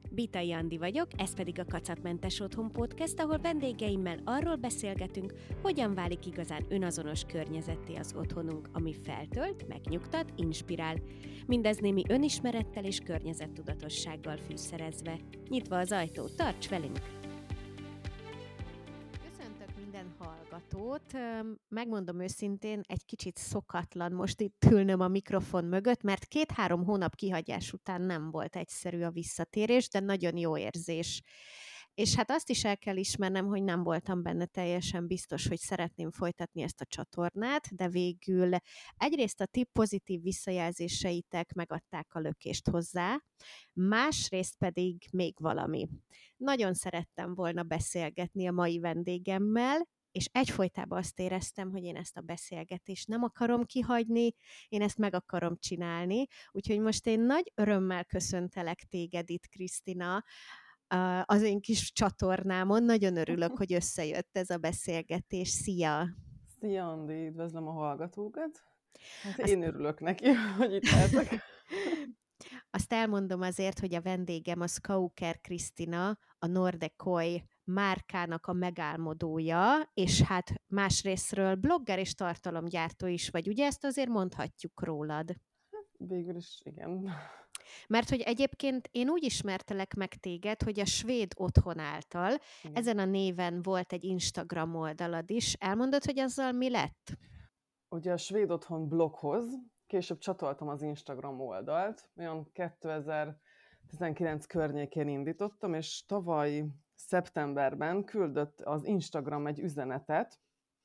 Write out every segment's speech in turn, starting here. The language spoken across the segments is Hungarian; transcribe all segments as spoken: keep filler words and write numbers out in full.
Bitai Andi vagyok, ez pedig a Kacatmentes Otthon Podcast, ahol vendégeimmel arról beszélgetünk, hogyan válik igazán önazonos környezetté az otthonunk, ami feltölt, megnyugtat, inspirál. Mindez némi önismerettel és környezettudatossággal fűszerezve. Nyitva az ajtót, tarts velünk! Köszöntök minden hallgatót. Megmondom őszintén, egy kicsit szokatlan most itt ülnöm a mikrofon mögött, mert két-három hónap kihagyás után nem volt egyszerű a visszatérés, de nagyon jó érzés. És hát azt is el kell ismernem, hogy nem voltam benne teljesen biztos, hogy szeretném folytatni ezt a csatornát, de végül egyrészt a ti pozitív visszajelzéseitek megadták a lökést hozzá, másrészt pedig még valami. Nagyon szerettem volna beszélgetni a mai vendégemmel, és egyfolytában azt éreztem, hogy én ezt a beszélgetést nem akarom kihagyni, én ezt meg akarom csinálni, úgyhogy most én nagy örömmel köszöntelek téged itt, Krisztina, az én kis csatornámon. Nagyon örülök, hogy összejött ez a beszélgetés. Szia! Szia, Andi! Üdvözlöm a hallgatókat! Hát Azt... én örülök neki, hogy itt lehetek. Azt elmondom azért, hogy a vendégem a Skauker Krisztina, a Nordekoi márkának a megálmodója, és hát másrésztről blogger és tartalomgyártó is vagy. Ugye ezt azért mondhatjuk rólad? Végül is igen. Mert hogy egyébként én úgy ismertelek meg téged, hogy a Svéd Otthon által igen. Ezen a néven volt egy Instagram oldalad is. Elmondod, hogy azzal mi lett? Ugye a Svéd Otthon bloghoz később csatoltam az Instagram oldalt, olyan kétezer-tizenkilenc környékén indítottam, és tavaly szeptemberben küldött az Instagram egy üzenetet,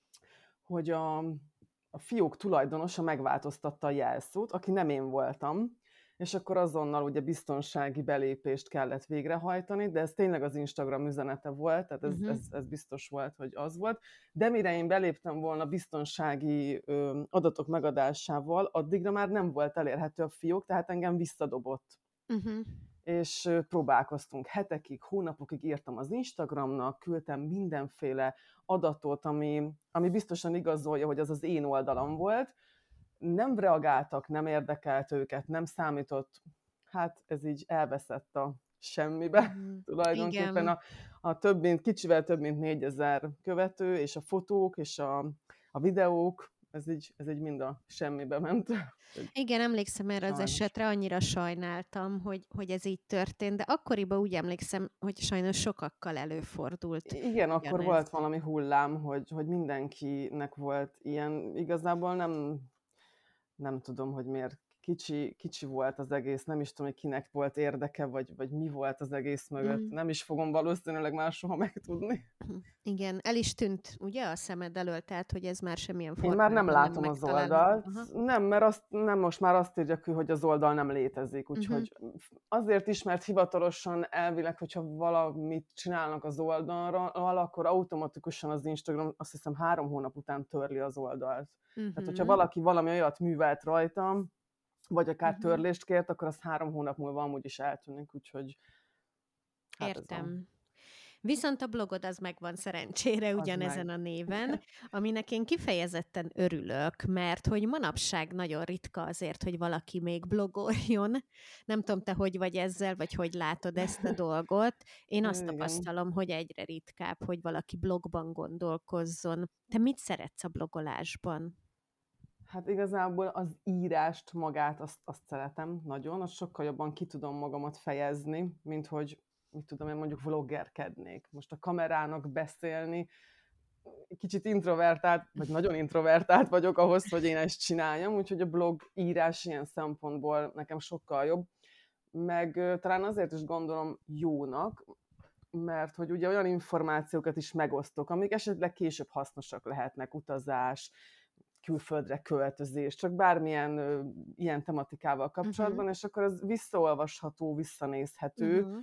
hogy a, a fiók tulajdonosa megváltoztatta a jelszót, aki nem én voltam, és akkor azonnal ugye biztonsági belépést kellett végrehajtani, de ez tényleg az Instagram üzenete volt, tehát ez, uh-huh. ez, ez biztos volt, hogy az volt. De mire én beléptem volna biztonsági ö, adatok megadásával, addigra már nem volt elérhető a fiók, tehát engem visszadobott. Uh-huh. És próbálkoztunk hetekig, hónapokig, írtam az Instagramnak, küldtem mindenféle adatot, ami, ami biztosan igazolja, hogy az az én oldalam volt. Nem reagáltak, nem érdekelt őket, nem számított, hát ez így elveszett a semmibe. Mm, tulajdonképpen a, a több mint, kicsivel több mint négyezer követő, és a fotók, és a, a videók, ez így, ez így mind a semmibe ment. Igen, emlékszem erre az esetre, annyira sajnáltam, hogy, hogy ez így történt, de akkoriban úgy emlékszem, hogy sajnos sokakkal előfordult. Igen, ugyanez. Akkor volt valami hullám, hogy, hogy mindenkinek volt ilyen, igazából nem... nem tudom, hogy miért kicsi, kicsi volt az egész, nem is tudom, hogy kinek volt érdeke, vagy, vagy mi volt az egész mögött. Mm. Nem is fogom valószínűleg már soha megtudni. Igen, el is tűnt, ugye, a szemed elől, tehát, hogy ez már semmilyen formában. Én már nem látom nem az oldalt. Aha. Nem, mert azt, nem most már azt írja ki, hogy az oldal nem létezik. Úgyhogy uh-huh. azért is, mert hivatalosan elvileg, hogyha valamit csinálnak az oldalra, akkor automatikusan az Instagram, azt hiszem, három hónap után törli az oldalt. Uh-huh. Tehát, hogyha valaki valami olyat művelt rajtam, vagy akár uh-huh. törlést kért, akkor az három hónap múlva amúgy is eltűnik, úgyhogy... Hát értem. Viszont a blogod az megvan szerencsére ugyanezen meg. a néven, aminek én kifejezetten örülök, mert hogy manapság nagyon ritka azért, hogy valaki még blogoljon. Nem tudom, te hogy vagy ezzel, vagy hogy látod ezt a dolgot. Én azt Igen. tapasztalom, hogy egyre ritkább, hogy valaki blogban gondolkozzon. Te mit szeretsz a blogolásban? Hát igazából az írást magát, azt, azt szeretem nagyon, azt sokkal jobban ki tudom magamat fejezni, mint hogy, mit tudom én, mondjuk vloggerkednék. Most a kamerának beszélni, kicsit introvertált, vagy nagyon introvertált vagyok ahhoz, hogy én ezt csináljam, úgyhogy a blog írás ilyen szempontból nekem sokkal jobb. Meg talán azért is gondolom jónak, mert hogy ugye olyan információkat is megosztok, amik esetleg később hasznosak lehetnek, utazás, külföldre költözés, csak bármilyen ö, ilyen tematikával kapcsolatban, uh-huh. és akkor ez visszaolvasható, visszanézhető, uh-huh.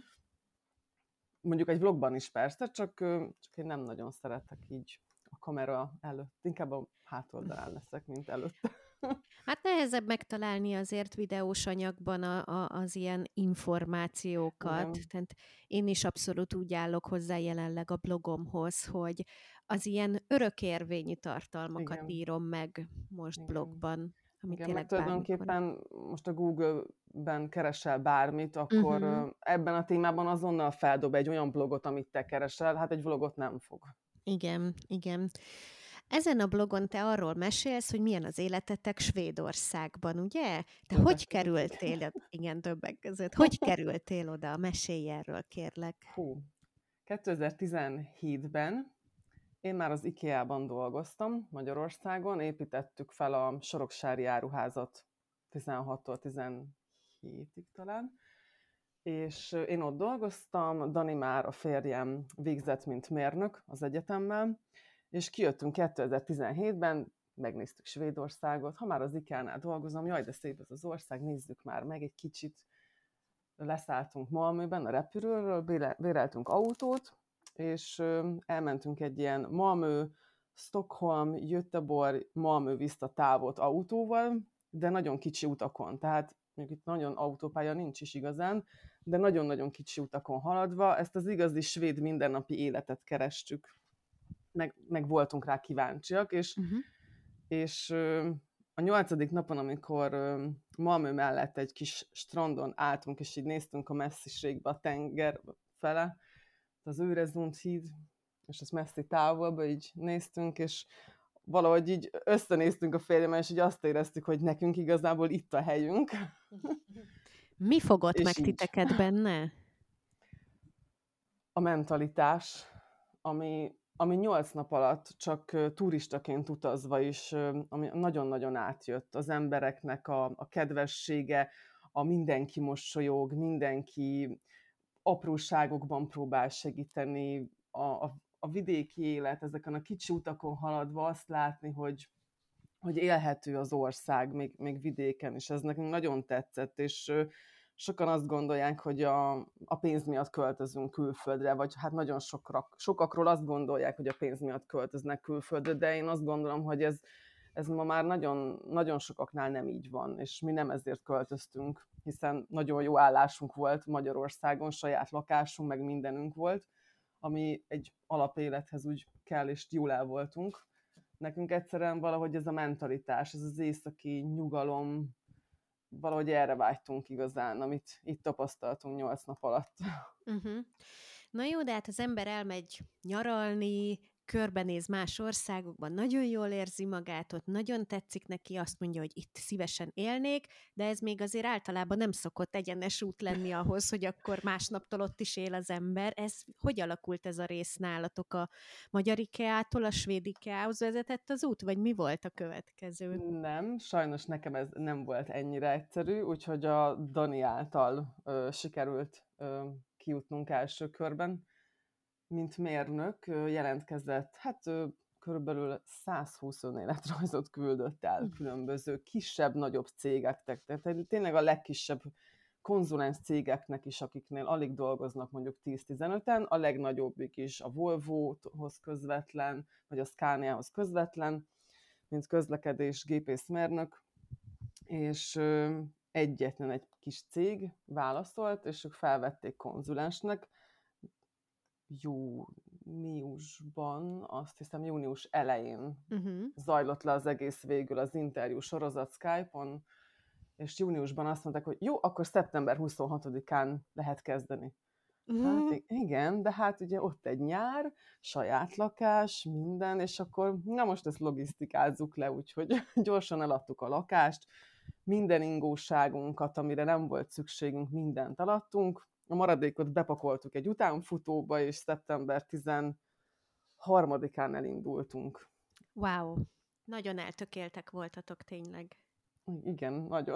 mondjuk egy vlogban is persze, csak, ö, csak én nem nagyon szeretek így a kamera előtt, inkább a hátoldalán leszek, mint előtt. Hát nehezebb megtalálni azért videós anyagban a, a, az ilyen információkat. Tehát én is abszolút úgy állok hozzá jelenleg a blogomhoz, hogy az ilyen örökérvényű tartalmakat Igen. írom meg most Igen. blogban. ami Igen, meg tényleg bármikor. tulajdonképpen most a Google-ben keresel bármit, akkor Uh-huh. ö, ebben a témában azonnal feldob egy olyan blogot, amit te keresel, hát egy vlogot nem fog. Igen, igen. Ezen a blogon te arról mesélsz, hogy milyen az életetek Svédországban, ugye? Te Többek hogy között, igen. kerültél, igen, többek között, hogy kerültél oda? Mesélj erről, kérlek. Hú, kétezer-tizenhétben én már az IKEA-ban dolgoztam Magyarországon, építettük fel a Soroksári áruházat tizenhattól tizenhétig talán, és én ott dolgoztam, Dani már, a férjem végzett, mint mérnök az egyetemmel, és kijöttünk kétezer-tizenhétben, megnéztük Svédországot, ha már az IKEA-nál dolgozom, jaj, de szép ez az ország, nézzük már meg egy kicsit. Leszálltunk Malmöben a repülőről, béreltünk autót, és elmentünk egy ilyen Malmö, Stockholm, Göteborg, Malmö vissza távot autóval, de nagyon kicsi utakon, tehát mondjuk itt nagyon autópálya nincs is igazán, de nagyon-nagyon kicsi utakon haladva, ezt az igazi svéd mindennapi életet kerestük, meg, meg voltunk rá kíváncsiak, és, Uh-huh. és a nyolcadik napon, amikor Malmö mellett egy kis strandon álltunk, és így néztünk a messziségbe, a tenger fele, az Öresund híd, és az messzi távolba így néztünk, és valahogy így összenéztünk a férjemmel, és így azt éreztük, hogy nekünk igazából itt a helyünk. Mi fogott És meg így. titeket benne? A mentalitás, ami, ami nyolc nap alatt csak turistaként utazva is, ami nagyon-nagyon átjött az embereknek a, a kedvessége, a mindenki mosolyog, mindenki apróságokban próbál segíteni, a, a, a vidéki élet, ezeken a kicsi utakon haladva azt látni, hogy, hogy élhető az ország, még, még vidéken, és ez nekünk nagyon tetszett, és sokan azt gondolják, hogy a, a pénz miatt költözünk külföldre, vagy hát nagyon sokra, sokakról azt gondolják, hogy a pénz miatt költöznek külföldre, de én azt gondolom, hogy ez, ez ma már nagyon, nagyon sokaknál nem így van, és mi nem ezért költöztünk, hiszen nagyon jó állásunk volt Magyarországon, saját lakásunk, meg mindenünk volt, ami egy alapélethez úgy kell, és jól el voltunk. Nekünk egyszerűen valahogy ez a mentalitás, ez az északi nyugalom, valahogy erre vágytunk igazán, amit itt tapasztaltunk nyolc nap alatt. Uh-huh. Na jó, de hát az ember elmegy nyaralni, körbenéz más országokban, nagyon jól érzi magát, ott nagyon tetszik neki, azt mondja, hogy itt szívesen élnék, de ez még azért általában nem szokott egyenes út lenni ahhoz, hogy akkor másnaptól ott is él az ember. Ez hogy alakult ez a rész nálatok? A magyar IKEA-tól a svéd IKEA-hoz vezetett az út, vagy mi volt a következő? Nem, sajnos nekem ez nem volt ennyire egyszerű, úgyhogy a Dani által ö, sikerült ö, kijutnunk első körben. Mint mérnök ö, jelentkezett, hát ö, körülbelül százhúsz önéletrajzot küldött el különböző kisebb-nagyobb cégeknek, tehát tényleg a legkisebb konzulens cégeknek is, akiknél alig dolgoznak mondjuk tíz-tizenöten, a legnagyobbik is a Volvo-hoz közvetlen, vagy a Scania-hoz közvetlen, mint közlekedés gépészmérnök, és ö, egyetlen egy kis cég válaszolt, és ők felvették konzulensnek. Júniusban, azt hiszem június elején Uh-huh. zajlott le az egész végül az interjú sorozat Skype-on, és júniusban azt mondták, hogy jó, akkor szeptember huszonhatodikán lehet kezdeni. Hát igen, de hát ugye ott egy nyár, saját lakás, minden, és akkor na most ezt logisztikázzuk le, úgyhogy gyorsan eladtuk a lakást, minden ingóságunkat, amire nem volt szükségünk, mindent eladtunk, a maradékot bepakoltuk egy utánfutóba, és szeptember tizenharmadikán elindultunk. Wow, nagyon eltökéltek voltatok tényleg. Igen, nagyon.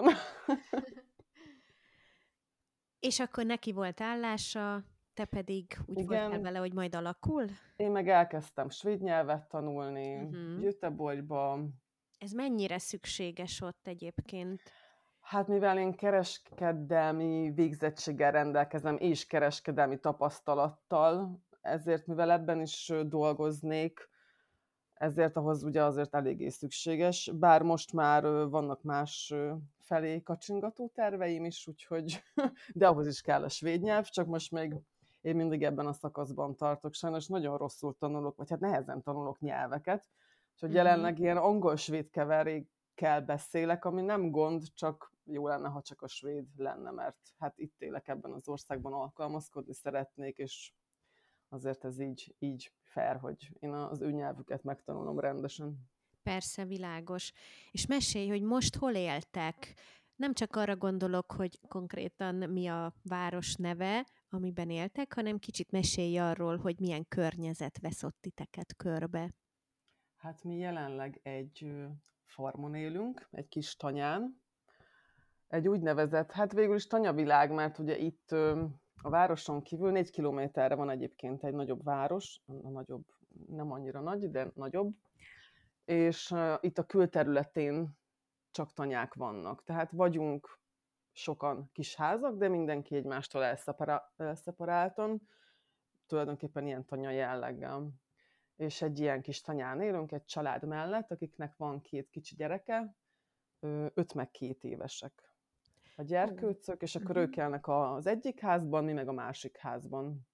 És akkor neki volt állása, te pedig úgy Igen. voltál vele, hogy majd alakul? Én meg elkezdtem svéd nyelvet tanulni, Uh-huh. Göteborgba. Ez mennyire szükséges ott egyébként? Hát mivel én kereskedelmi végzettséggel rendelkezem, és kereskedelmi tapasztalattal, ezért mivel ebben is dolgoznék, ezért ahhoz ugye azért eléggé szükséges, bár most már vannak más felé kacsingató terveim is, úgyhogy, de ahhoz is kell a svéd nyelv, csak most még én mindig ebben a szakaszban tartok. Sajnos nagyon rosszul tanulok, vagy hát nehezen tanulok nyelveket, úgyhogy Uh-huh. jelenleg ilyen angol-svéd keverék, nyelvekkel beszélek, ami nem gond, csak jó lenne, ha csak a svéd lenne, mert hát itt élek ebben az országban, alkalmazkodni szeretnék, és azért ez így, így fair, hogy én az ő nyelvüket megtanulom rendesen. Persze, világos. És mesélj, hogy most hol éltek? Nem csak arra gondolok, hogy konkrétan mi a város neve, amiben éltek, hanem kicsit mesélj arról, hogy milyen környezet vesz ott titeket körbe. Hát mi jelenleg egy farmon élünk, egy kis tanyán. Egy úgynevezett, hát végül is tanyavilág, mert ugye itt a városon kívül négy kilométerre van egyébként egy nagyobb város, a nagyobb, nem annyira nagy, de nagyobb, és itt a külterületén csak tanyák vannak. Tehát vagyunk sokan kis házak, de mindenki egymástól elszepara- elszeparáltan, tulajdonképpen ilyen tanya jelleggel. És egy ilyen kis tanyán élünk, egy család mellett, akiknek van két kicsi gyereke, öt meg két évesek a gyerkőcök, és akkor ők élnek az egyik házban, mi meg a másik házban.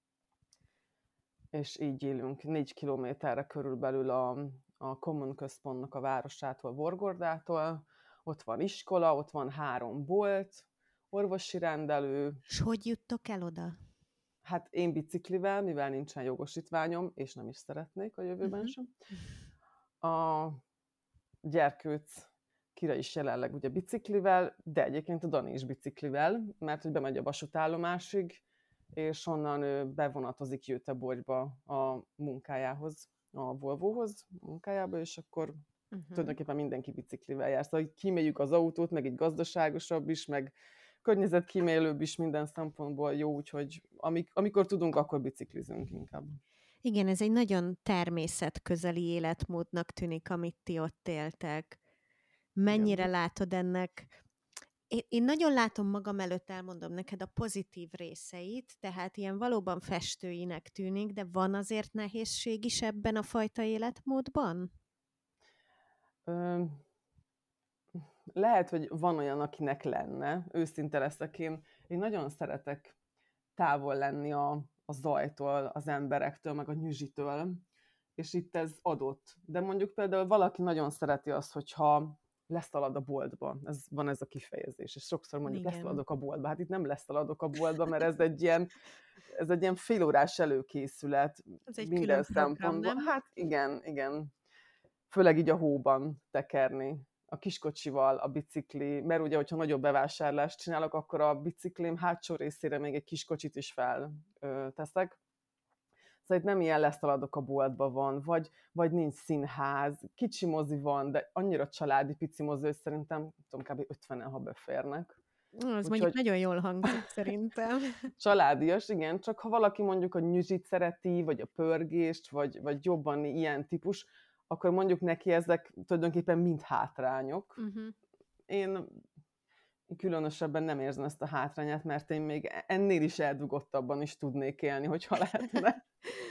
És így élünk négy kilométerre körülbelül a, a Common központnak a városától, Vorgordától. Ott van iskola, ott van három bolt, orvosi rendelő. És hogy juttok el oda? Hát én biciklivel, mivel nincsen jogosítványom, és nem is szeretnék a jövőben Uh-huh. sem. A gyerkőc Kira is jelenleg ugye biciklivel, de egyébként a Dani is biciklivel, mert hogy bemegy a vasútállomásig, és onnan ő bevonatozik Göteborgba a munkájához, a Volvohoz munkájába, és akkor uh-huh. tulajdonképpen mindenki biciklivel jár. Szóval kíméljük az autót, meg így gazdaságosabb is, meg környezetkímélőbb is minden szempontból jó, úgyhogy amik, amikor tudunk, akkor biciklizünk inkább. Igen, ez egy nagyon természetközeli életmódnak tűnik, amit ti ott éltek. Mennyire Igen. látod ennek? Én, én nagyon látom magam előtt, elmondom neked a pozitív részeit, tehát ilyen valóban festőinek tűnik, de van azért nehézség is ebben a fajta életmódban? Ö, lehet, hogy van olyan, akinek lenne. Őszinte leszek én. Én nagyon szeretek távol lenni a, a zajtól, az emberektől, meg a nyüzsitől, és itt ez adott. De mondjuk például valaki nagyon szereti azt, hogyha leszalad a boltba. Ez, van ez a kifejezés, és sokszor mondjuk Igen. leszaladok a boltba. Hát itt nem leszaladok a boltba, mert ez egy ilyen, ez egy ilyen félórás előkészület. Ez egy minden külön program, szempontból. nem? Hát igen, igen. Főleg így a hóban tekerni. A kiskocsival, a bicikli, mert ugye, hogyha nagyobb bevásárlást csinálok, akkor a biciklim hátsó részére még egy kiskocsit is felteszek. Szóval itt nem ilyen leszaladok a boltba van, vagy, vagy nincs színház, kicsi mozi van, de annyira családi pici mozi, hogy szerintem tudom, kb. ötvenen, ha beférnek. Az Úgy, mondjuk hogy... nagyon jól hangzik szerintem. Családias, igen, csak ha valaki mondjuk a nyüzsit szereti, vagy a pörgést, vagy, vagy jobban ilyen típus, akkor mondjuk neki ezek tulajdonképpen mind hátrányok. Uh-huh. Én különösebben nem érzem ezt a hátrányát, mert én még ennél is eldugottabban is tudnék élni, hogyha lehetne.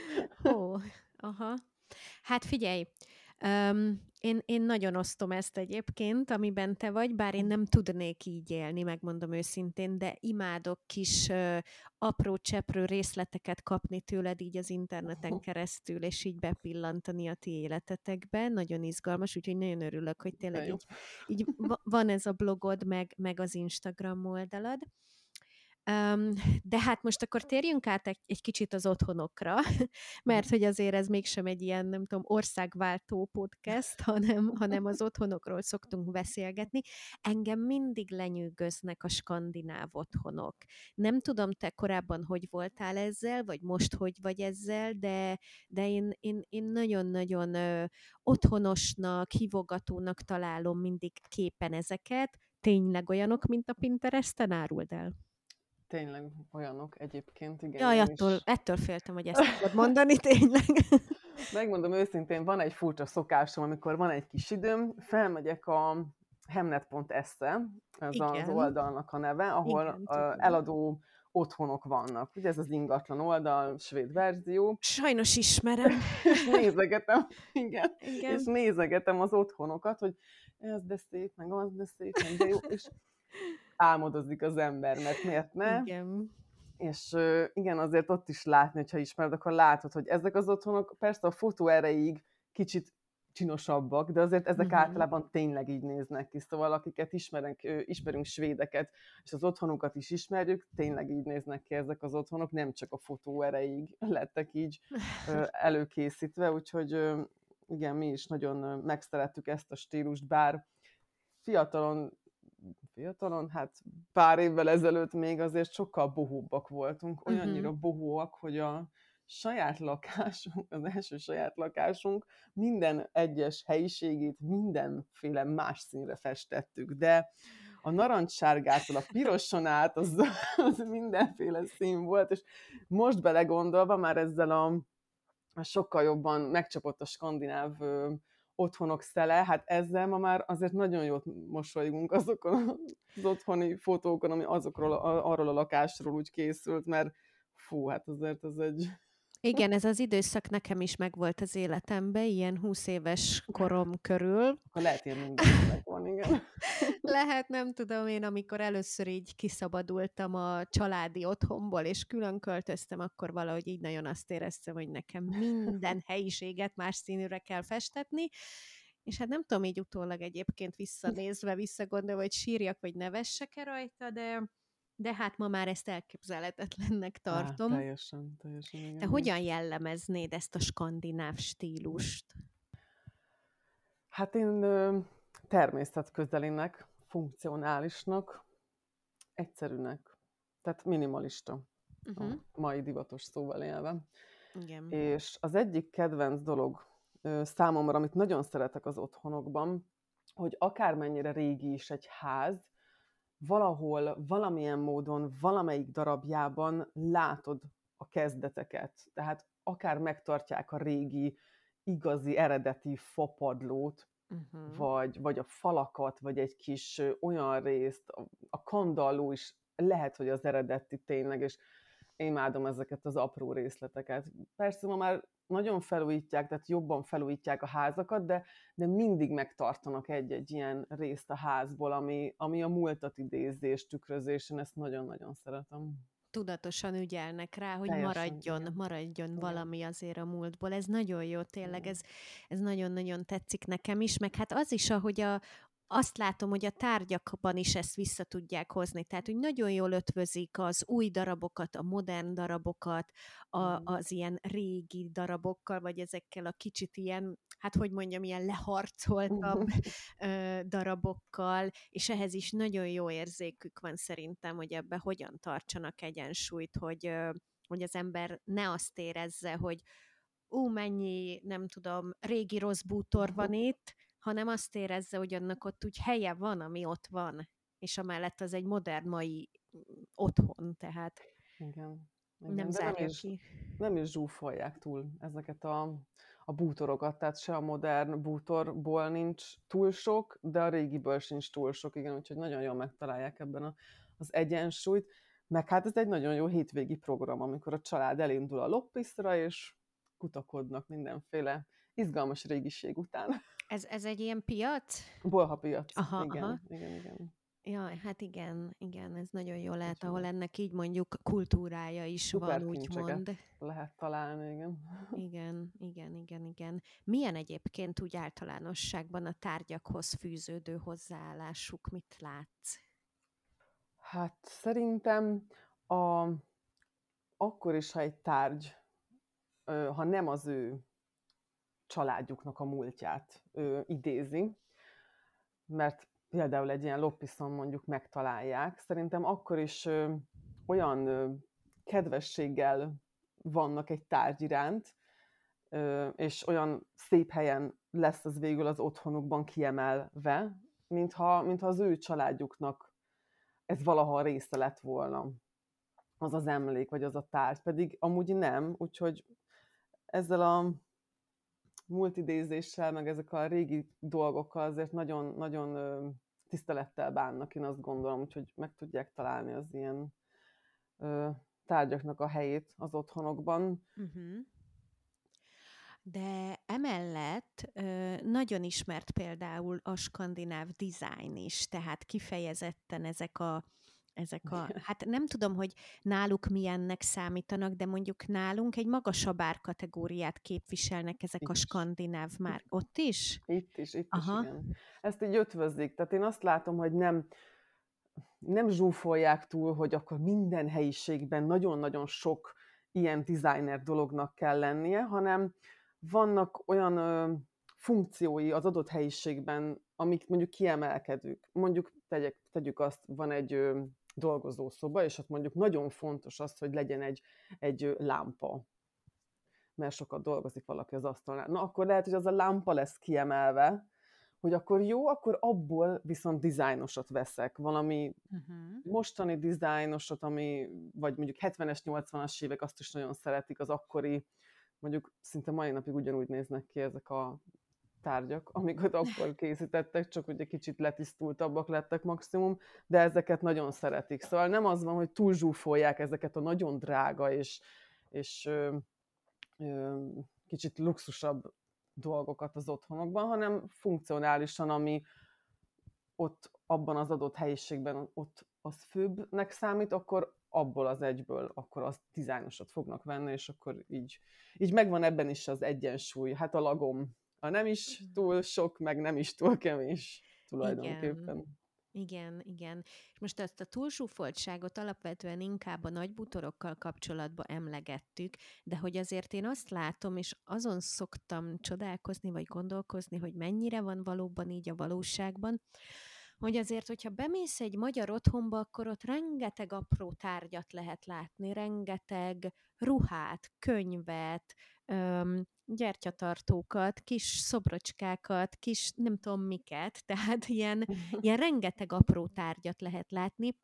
Ó, aha. Hát figyelj, um, én, én nagyon osztom ezt egyébként, amiben te vagy, bár én nem tudnék így élni, megmondom őszintén, de imádok kis uh, apró cseprő részleteket kapni tőled így az interneten keresztül, és így bepillantani a ti életetekbe. Nagyon izgalmas, úgyhogy nagyon örülök, hogy tényleg így, így van ez a blogod, meg, meg az Instagram oldalad. Um, de hát most akkor térjünk át egy, egy kicsit az otthonokra, mert hogy azért ez mégsem egy ilyen, nem tudom, országváltó podcast, hanem, hanem az otthonokról szoktunk beszélgetni. Engem mindig lenyűgöznek a skandináv otthonok. Nem tudom, te korábban hogy voltál ezzel, vagy most hogy vagy ezzel, de, de én, én, én nagyon-nagyon ö, otthonosnak, hívogatónak találom mindig képen ezeket. Tényleg olyanok, mint a Pinteresten, áruld el. Tényleg olyanok egyébként, igen. Jaj, attól, is... ettől féltem, hogy ezt tudod mondani, tényleg. Megmondom őszintén, van egy furcsa szokásom, amikor van egy kis időm, felmegyek a hemnet pont es-e, ez igen. az oldalnak a neve, ahol igen, eladó otthonok vannak. Ugye ez az ingatlan oldal, svéd verzió. Sajnos ismerem. És nézegetem, igen, igen, és nézegetem az otthonokat, hogy ez de szép, meg az de szép, meg de jó, és álmodozik az ember, mert miért ne? Igen. És uh, igen, azért ott is látni, hogyha ismered, akkor látod, hogy ezek az otthonok persze a fotó erejéig kicsit csinosabbak, de azért ezek Uh-huh. általában tényleg így néznek ki. Szóval akiket ismerünk, ismerünk svédeket, és az otthonukat is ismerjük, tényleg így néznek ki ezek az otthonok, nem csak a fotó erejéig lettek így előkészítve, úgyhogy igen, mi is nagyon megszerettük ezt a stílust, bár fiatalon, fiatalon, hát pár évvel ezelőtt még azért sokkal bohóbbak voltunk, olyannyira uh-huh. bohóak, hogy a saját lakásunk, az első saját lakásunk minden egyes helyiségét mindenféle más színre festettük, de a narancssárgától a piroson át az, az mindenféle szín volt, és most belegondolva már ezzel a, a sokkal jobban megcsapott a skandináv ö, otthonok szele, hát ezzel ma már azért nagyon jót mosolygunk azokon az otthoni fotókon, ami azokról, a, arról a lakásról úgy készült, mert fú, hát azért ez egy... Igen, ez az időszak nekem is megvolt az életemben, ilyen húsz éves korom körül. Akkor lehet ilyen mindenkinek van, igen. Lehet, nem tudom én, amikor először így kiszabadultam a családi otthonból, és külön költöztem, akkor valahogy így nagyon azt éreztem, hogy nekem minden helyiséget más színűre kell festetni, és hát nem tudom így utólag egyébként visszanézve, visszagondolva, hogy sírjak, vagy nevessek-e rajta, de... De hát ma már ezt elképzelhetetlennek tartom. Á, teljesen, teljesen, igen. Te hogyan jellemeznéd ezt a skandináv stílust? Hát én ö, természetközelinek, funkcionálisnak, egyszerűnek, tehát minimalista, uh-huh. a mai divatos szóval élve. Igen. És az egyik kedvenc dolog ö, számomra, amit nagyon szeretek az otthonokban, hogy akármennyire régi is egy ház, valahol, valamilyen módon, valamelyik darabjában látod a kezdeteket. Tehát akár megtartják a régi, igazi, eredeti fapadlót, uh-huh. vagy, vagy a falakat, vagy egy kis ö, olyan részt, a, a kandalló is lehet, hogy az eredeti tényleg, és imádom ezeket az apró részleteket. Persze ma már nagyon felújítják, tehát jobban felújítják a házakat, de, de mindig megtartanak egy-egy ilyen részt a házból, ami, ami a múltat idézi és tükrözés, én ezt nagyon-nagyon szeretem. Tudatosan ügyelnek rá, hogy Teljesen, maradjon, igen. maradjon Igen. valami azért a múltból. Ez nagyon jó, tényleg, ez, ez nagyon-nagyon tetszik nekem is, meg hát az is, ahogy a, azt látom, hogy a tárgyakban is ezt vissza tudják hozni. Tehát, hogy nagyon jól ötvözik az új darabokat, a modern darabokat, a, az ilyen régi darabokkal, vagy ezekkel a kicsit ilyen, hát hogy mondjam, ilyen leharcoltabb ö, darabokkal, és ehhez is nagyon jó érzékük van szerintem, hogy ebbe hogyan tartsanak egyensúlyt, hogy, ö, hogy az ember ne azt érezze, hogy ú, mennyi, nem tudom, régi rossz bútor van itt, hanem azt érezze, hogy annak ott úgy helye van, ami ott van, és amellett az egy modern mai otthon, tehát igen, igen. nem De zárja nem is, ki. nem is zsúfolják túl ezeket a, a bútorokat, tehát se a modern bútorból nincs túl sok, de a régiből sincs túl sok, igen, úgyhogy nagyon jól megtalálják ebben a, az egyensúlyt, meg hát ez egy nagyon jó hétvégi program, amikor a család elindul a loppiszra, és kutakodnak mindenféle izgalmas régiség után. Ez, ez egy ilyen piac? Bolha piac. Aha, igen, aha. igen, igen. Jaj, hát igen, igen, ez nagyon jó lehet, ahol ennek így mondjuk kultúrája is Szuper van, úgymond. lehet találni, igen. Igen, igen, igen, igen. Milyen egyébként úgy általánosságban a tárgyakhoz fűződő hozzáállásuk? Mit látsz? Hát szerintem a, akkor is, ha egy tárgy, ha nem az ő családjuknak a múltját ő, idézi, mert például egy ilyen loppiszon mondjuk megtalálják, szerintem akkor is ö, olyan ö, kedvességgel vannak egy tárgy iránt, ö, és olyan szép helyen lesz az végül az otthonukban kiemelve, mintha, mintha az ő családjuknak ez valaha része lett volna, az az emlék, vagy az a tárgy, pedig amúgy nem, úgyhogy ezzel a múltidézéssel, meg ezek a régi dolgokkal azért nagyon, nagyon tisztelettel bánnak, én azt gondolom, úgyhogy meg tudják találni az ilyen ö, tárgyaknak a helyét az otthonokban. Uh-huh. De emellett ö, nagyon ismert például a skandináv design is, tehát kifejezetten ezek a ezek a, hát nem tudom, hogy náluk milyennek számítanak, de mondjuk nálunk egy magasabb árkategóriát képviselnek ezek a Itt is. skandináv már. Ott is? Itt is, itt is, Aha. igen. Ezt így ötvözik. Tehát én azt látom, hogy nem, nem zsúfolják túl, hogy akkor minden helyiségben nagyon-nagyon sok ilyen designer dolognak kell lennie, hanem vannak olyan ö, funkciói az adott helyiségben, amik mondjuk kiemelkedők. Mondjuk tegyek, tegyük azt, van egy ö, dolgozószoba, és ott mondjuk nagyon fontos az, hogy legyen egy, egy ö, lámpa, mert sokat dolgozik valaki az asztalnál. Na akkor lehet, hogy az a lámpa lesz kiemelve, hogy akkor jó, akkor abból viszont dizájnosat veszek, valami Uh-huh. mostani dizájnosat, ami, vagy mondjuk hetvenes, nyolcvanas évek, azt is nagyon szeretik, az akkori, mondjuk szinte mai napig ugyanúgy néznek ki ezek a tárgyak, amiket akkor készítettek, csak ugye kicsit letisztultabbak lettek maximum, de ezeket nagyon szeretik. Szóval nem az van, hogy túl zsúfolják ezeket a nagyon drága és, és ö, ö, kicsit luxusabb dolgokat az otthonokban, hanem funkcionálisan, ami ott abban az adott helyiségben ott az főbbnek számít, akkor abból az egyből, akkor az dizájnosat fognak venni, és akkor így, így megvan ebben is az egyensúly. Hát a lagom, a nem is túl sok, meg nem is túl kevés tulajdonképpen. Igen. Igen, igen. És most ezt a túlzsúfoltságot alapvetően inkább a nagy bútorokkal kapcsolatban emlegettük, de hogy azért én azt látom, és azon szoktam csodálkozni, vagy gondolkozni, hogy mennyire van valóban így a valóságban, hogy azért, hogyha bemész egy magyar otthonba, akkor ott rengeteg apró tárgyat lehet látni, rengeteg ruhát, könyvet, öm, gyertyatartókat, kis szobrocskákat, kis nem tudom miket, tehát ilyen, ilyen rengeteg apró tárgyat lehet látni,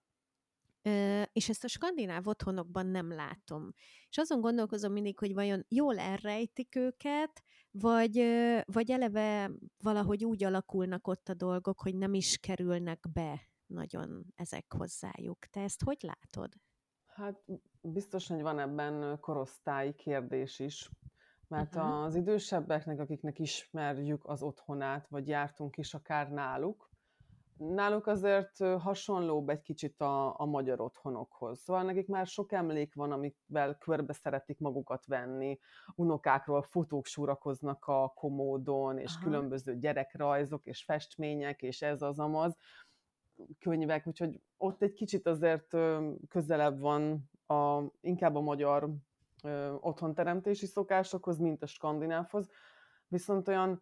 Ö, és ezt a skandináv otthonokban nem látom. És azon gondolkozom mindig, hogy vajon jól elrejtik őket, vagy, ö, vagy eleve valahogy úgy alakulnak ott a dolgok, hogy nem is kerülnek be nagyon ezek hozzájuk. Te ezt hogy látod? Hát biztos, hogy van ebben korosztályi kérdés is, mert Uh-huh. az idősebbeknek, akiknek ismerjük az otthonát, vagy jártunk is akár náluk, náluk azért hasonlóbb egy kicsit a, a magyar otthonokhoz. Szóval nekik már sok emlék van, amikvel körbe szeretik magukat venni. Unokákról fotók sorakoznak a komódon, és Aha. különböző gyerekrajzok, és festmények, és ez az amaz, könyvek, úgyhogy ott egy kicsit azért közelebb van a, inkább a magyar ö, otthonteremtési szokásokhoz, mint a skandinávhoz. Viszont olyan,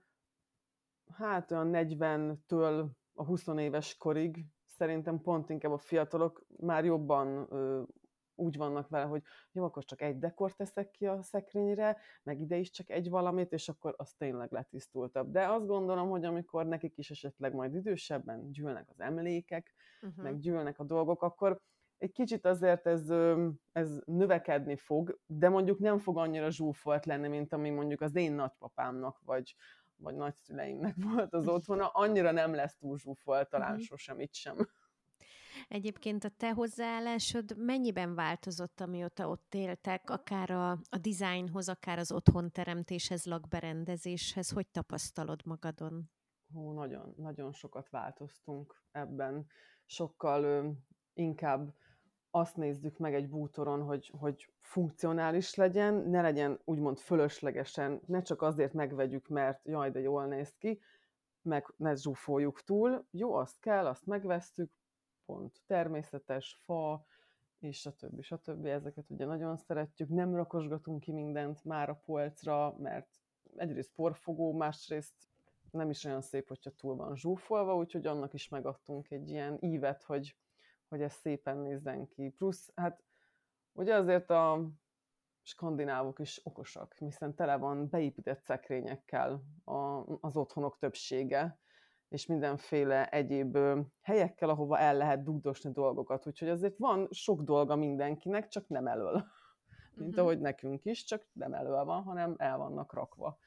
hát olyan negyventől a húsz éves korig szerintem pont inkább a fiatalok már jobban ö, úgy vannak vele, hogy jó, akkor csak egy dekort teszek ki a szekrényre, meg ide is csak egy valamit, és akkor az tényleg letisztultabb. De azt gondolom, hogy amikor nekik is esetleg majd idősebben gyűlnek az emlékek, Uh-huh. meg gyűlnek a dolgok, akkor egy kicsit azért ez, ö, ez növekedni fog, de mondjuk nem fog annyira zsúfolt lenni, mint ami mondjuk az én nagypapámnak, vagy, vagy nagyszüleimnek volt az otthona. Annyira nem lesz túl zsúfolt, talán Uh-huh. sosem, itt sem. Egyébként a te hozzáállásod mennyiben változott, amióta ott éltek, akár a, a dizájnhoz, akár az otthonteremtéshez, lakberendezéshez? Hogy tapasztalod magadon? Hú, nagyon, nagyon sokat változtunk ebben. Sokkal ö, inkább azt nézzük meg egy bútoron, hogy, hogy funkcionális legyen, ne legyen úgymond fölöslegesen, ne csak azért megvegyük, mert jaj, de jól néz ki, meg ne zsúfoljuk túl. Jó, azt kell, azt megvesztük, pont természetes, fa, és a többi, a többi. Ezeket ugye nagyon szeretjük. Nem rakosgatunk ki mindent már a polcra, mert egyrészt porfogó, másrészt nem is olyan szép, hogyha túl van zsúfolva, úgyhogy annak is megadtunk egy ilyen ívet, hogy, hogy ez szépen nézzen ki. Plusz, hát ugye azért a skandinávok is okosak, hiszen tele van beépített szekrényekkel a, az otthonok többsége, és mindenféle egyéb helyekkel, ahova el lehet dugdosni dolgokat. Úgyhogy azért van sok dolga mindenkinek, csak nem elől. Mint Uh-huh. ahogy nekünk is, csak nem elől van, hanem el vannak rakva.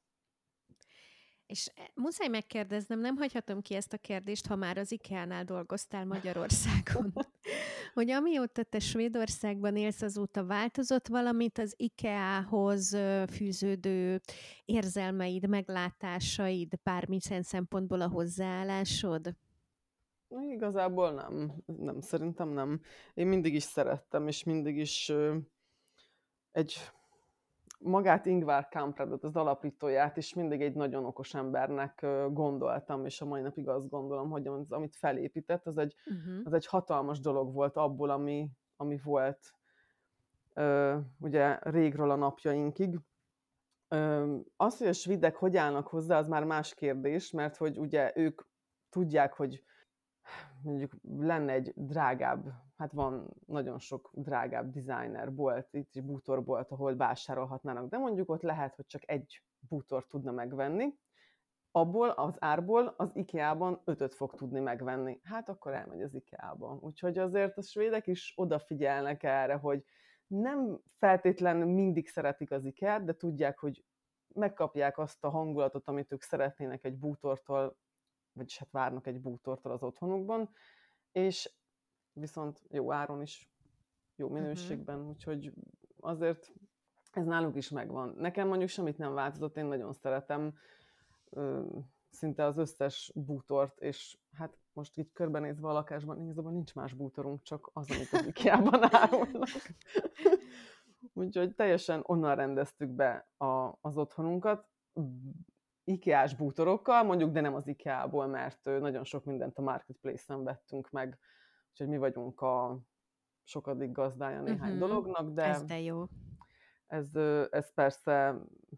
És muszáj megkérdeznem, nem hagyhatom ki ezt a kérdést, ha már az IKEA-nál dolgoztál Magyarországon, hogy amióta te Svédországban élsz, azóta változott valamit az IKEA-hoz fűződő érzelmeid, meglátásaid, bármilyen szempontból a hozzáállásod? Igazából nem. Nem, szerintem nem. Én mindig is szerettem, és mindig is ö, egy magát Ingvar Kamprádot, az alapítóját is mindig egy nagyon okos embernek ö, gondoltam, és a mai napig azt gondolom, hogy az, amit felépített, az egy, Uh-huh. az egy hatalmas dolog volt abból, ami, ami volt ö, ugye régről a napjainkig. Ö, az, hogy a svédek hogy állnak hozzá, az már más kérdés, mert hogy ugye ők tudják, hogy mondjuk lenne egy drágább, hát van nagyon sok drágább designer bolt, itt is bútorbolt, ahol vásárolhatnának, de mondjuk ott lehet, hogy csak egy bútor tudna megvenni, abból az árból az IKEA-ban ötöt fog tudni megvenni. Hát akkor elmegy az IKEA-ba. Úgyhogy azért a svédek is odafigyelnek erre, hogy nem feltétlenül mindig szeretik az IKEA-t, de tudják, hogy megkapják azt a hangulatot, amit ők szeretnének egy bútortól, vagyis hát várnak egy bútortól az otthonukban, és viszont jó áron is, jó minőségben, uh-huh. úgyhogy azért ez náluk is megvan. Nekem mondjuk semmit nem változott, én nagyon szeretem ö, szinte az összes bútort, és hát most így körbenézve a lakásban, igazából nincs más bútorunk, csak az, amit az IKEA-ban árulnak. Úgyhogy teljesen onnan rendeztük be a, az otthonunkat, IKEA-s bútorokkal, mondjuk, de nem az IKEA-ból, mert nagyon sok mindent a Marketplace-en vettünk meg, úgyhogy mi vagyunk a sokadik gazdája néhány uh-huh. dolognak, de ez de jó. Ez, ez persze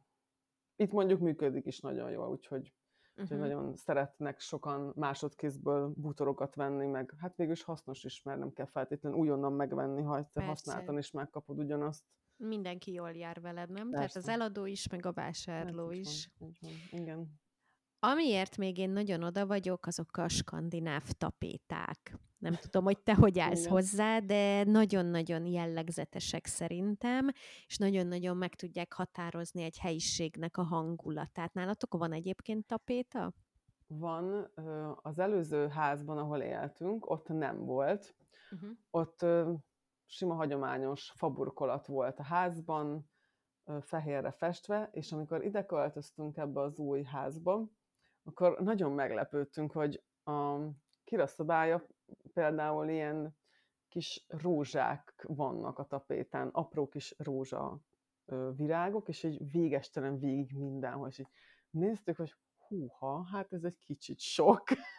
itt mondjuk működik is nagyon jól, úgyhogy, uh-huh. úgyhogy nagyon szeretnek sokan másodkézből bútorokat venni, meg hát végül is hasznos is, mert nem kell feltétlenül újonnan megvenni, ha egyszer használtan is megkapod ugyanazt. Mindenki jól jár veled, nem? Persze. Tehát az eladó is, meg a vásárló hát, is. Van, van. Igen. Amiért még én nagyon oda vagyok, azok a skandináv tapéták. Nem tudom, hogy te hogy állsz Igen. hozzá, de nagyon-nagyon jellegzetesek szerintem, és nagyon-nagyon meg tudják határozni egy helyiségnek a hangulatát. Nálatok van egyébként tapéta? Van. Az előző házban, ahol éltünk, ott nem volt. Uh-huh. Ott sima hagyományos faburkolat volt a házban, fehérre festve, és amikor ide költöztünk ebbe az új házba, akkor nagyon meglepődtünk, hogy a kiraszobája például ilyen kis rózsák vannak a tapétán, apró kis rózsa virágok, és egy végestelen végig mindenhol, és így néztük, hogy húha, hát ez egy kicsit sok,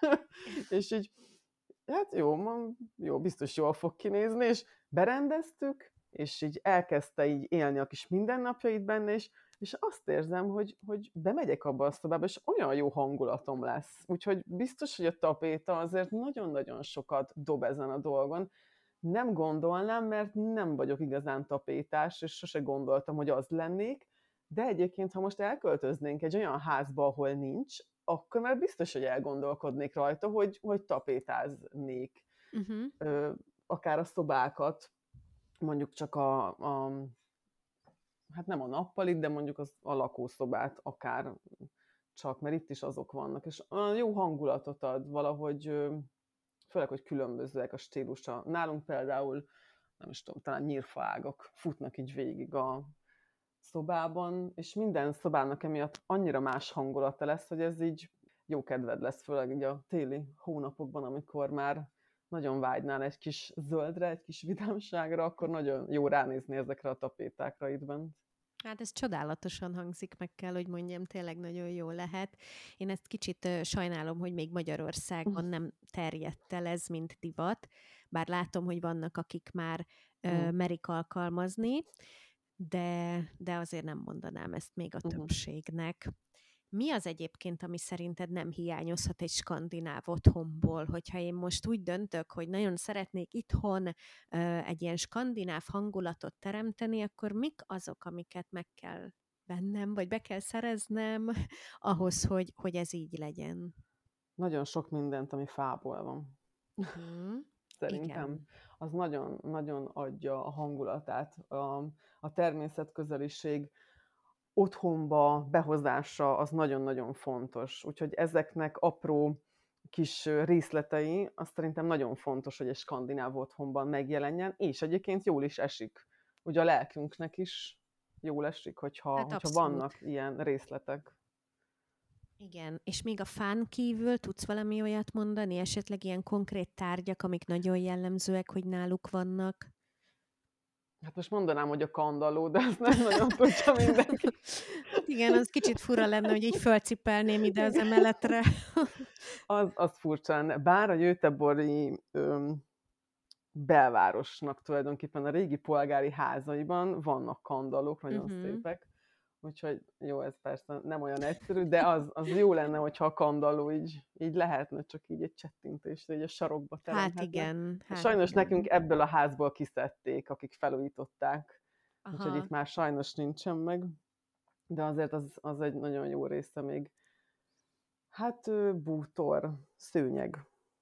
és így, hát jó, jó, biztos jól fog kinézni, és berendeztük, és így elkezdte így élni a kis mindennapjait benne, és és azt érzem, hogy, hogy bemegyek abba a szobába, és olyan jó hangulatom lesz. Úgyhogy biztos, hogy a tapéta azért nagyon-nagyon sokat dob ezen a dolgon. Nem gondolnám, mert nem vagyok igazán tapétás, és sose gondoltam, hogy az lennék, de egyébként, ha most elköltöznénk egy olyan házba, ahol nincs, akkor már biztos, hogy elgondolkodnék rajta, hogy, hogy tapétáznék. Uh-huh. Ö, akár a szobákat, mondjuk csak a... a hát nem a nappalit, de mondjuk az, a lakószobát akár csak, mert itt is azok vannak, és jó hangulatot ad valahogy, főleg, hogy különbözőek a stílusa. Nálunk például, nem is tudom, talán nyírfaágak futnak így végig a szobában, és minden szobának emiatt annyira más hangulata lesz, hogy ez így jó kedved lesz, főleg így a téli hónapokban, amikor már nagyon vágynál egy kis zöldre, egy kis vidámságra, akkor nagyon jó ránézni ezekre a tapétákra itt bent. Hát ez csodálatosan hangzik, meg kell, hogy mondjam, tényleg nagyon jó lehet. Én ezt kicsit uh, sajnálom, hogy még Magyarországon nem terjedt el ez, mint divat, bár látom, hogy vannak, akik már uh, merik alkalmazni, de, de azért nem mondanám ezt még a többségnek. Mi az egyébként, ami szerinted nem hiányozhat egy skandináv otthonból? Hogyha én most úgy döntök, hogy nagyon szeretnék itthon uh, egy ilyen skandináv hangulatot teremteni, akkor mik azok, amiket meg kell vennem, vagy be kell szereznem ahhoz, hogy, hogy ez így legyen? Nagyon sok mindent, ami fából van. Uh-huh. Szerintem. Igen. Az nagyon, nagyon adja a hangulatát. A, a természetközeliség otthonba behozása az nagyon-nagyon fontos. Úgyhogy ezeknek apró kis részletei, azt szerintem nagyon fontos, hogy egy skandináv otthonban megjelenjen, és egyébként jól is esik. Ugye a lelkünknek is jól esik, hogyha, hát hogyha vannak ilyen részletek. Igen, és még a fán kívül tudsz valami olyat mondani? Esetleg ilyen konkrét tárgyak, amik nagyon jellemzőek, hogy náluk vannak? Hát most mondanám, hogy a kandalló, de ezt nem nagyon tudja mindenki. Hát igen, az kicsit fura lenne, hogy így fölcipelném ide az Igen. emeletre. Az, az furcsa lenne. Bár a göteborgi öm, belvárosnak tulajdonképpen a régi polgári házaiban vannak kandallók, nagyon Uh-huh. szépek. Úgyhogy jó, ez persze nem olyan egyszerű, de az, az jó lenne, hogyha a kandalló így, így lehetne, csak így egy csettintésre, így a sarokba Hát teremhetne. igen, hát Sajnos nekünk igen. ebből a házból kiszedték, akik felújították. Úgyhogy Aha. itt már sajnos nincsen meg, de azért az, az egy nagyon jó része még. Hát ö, bútor, szőnyeg.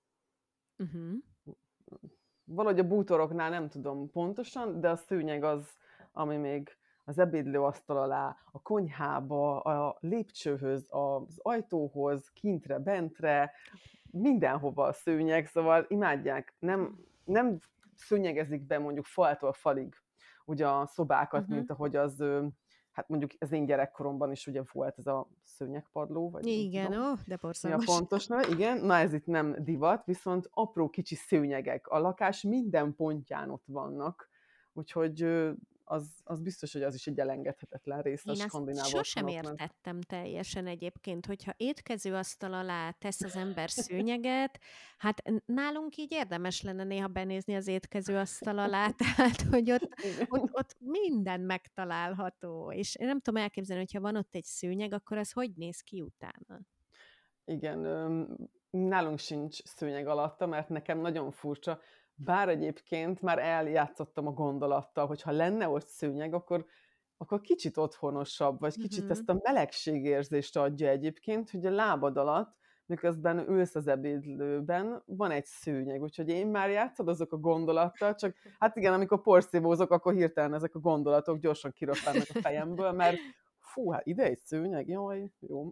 Uh-huh. Valahogy a bútoroknál nem tudom pontosan, de a szőnyeg az, ami még az ebédlőasztal alá, a konyhába, a lépcsőhöz, az ajtóhoz, kintre, bentre, mindenhova a szőnyeg, szóval imádják. Nem, nem szőnyegezik be mondjuk faltól falig ugye a szobákat, Uh-huh. mint ahogy az, ö, hát mondjuk az én gyerekkoromban is ugye volt ez a szőnyegpadló, vagy nem Igen, tudom, ó, de mi a borzalmas. pontos neve, igen, na ez itt nem divat, viszont apró kicsi szőnyegek. A lakás minden pontján ott vannak, úgyhogy ö, az, az biztos, hogy az is egy elengedhetetlen része a Én azt skandináv sosem otthonoknak. értettem teljesen egyébként, hogyha étkezőasztal alá tesz az ember szőnyeget, hát n- nálunk így érdemes lenne néha benézni az étkezőasztal alá, tehát hogy ott, ott, Igen. ott minden megtalálható, és én nem tudom elképzelni, hogyha van ott egy szőnyeg, akkor az hogy néz ki utána? Igen, öm, nálunk sincs szőnyeg alatta, mert nekem nagyon furcsa, bár egyébként már eljátszottam a gondolattal, hogy ha lenne ott szőnyeg, akkor, akkor kicsit otthonosabb, vagy kicsit Uh-huh. ezt a melegségérzést adja egyébként, hogy a lábad alatt, miközben ülsz az ebédlőben, van egy szőnyeg, úgyhogy én már játszadozok a gondolattal, csak hát igen, amikor porszívózok, akkor hirtelen ezek a gondolatok gyorsan kiröppennek a fejemből, mert fú, hát ide egy szőnyeg, jaj, jó.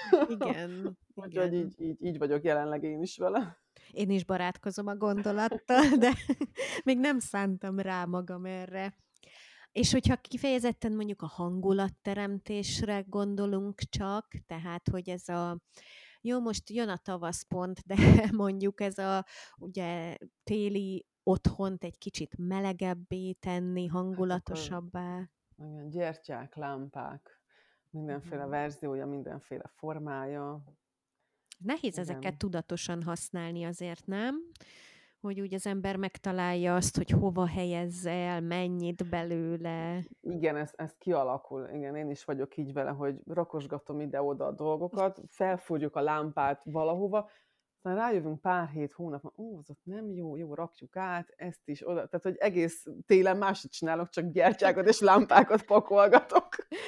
Igen, Úgyhogy igen. így, így, így vagyok jelenleg én is vele. Én is barátkozom a gondolattal, de még nem szántam rá magam erre. És hogyha kifejezetten mondjuk a hangulatteremtésre gondolunk csak, tehát hogy ez a, jó, most jön a tavaszpont, de mondjuk ez a ugye téli otthont egy kicsit melegebbé tenni, Hát akkor hangulatosabbá. igen, gyertyák, lámpák, mindenféle Uh-huh. verziója, mindenféle formája. Nehéz ezeket Igen. tudatossan használni azért, nem? Hogy úgy az ember megtalálja azt, hogy hova helyezze el, mennyit belőle. Igen, ez, ez kialakul. Igen, én is vagyok így vele, hogy rakosgatom ide-oda a dolgokat, felfúrjuk a lámpát valahova, aztán rájövünk pár hét hónap, ó, az ott nem jó, jó, rakjuk át, ezt is oda. Tehát, hogy egész télen máshogy csinálok, csak gyertyákat és lámpákat pakolgatok.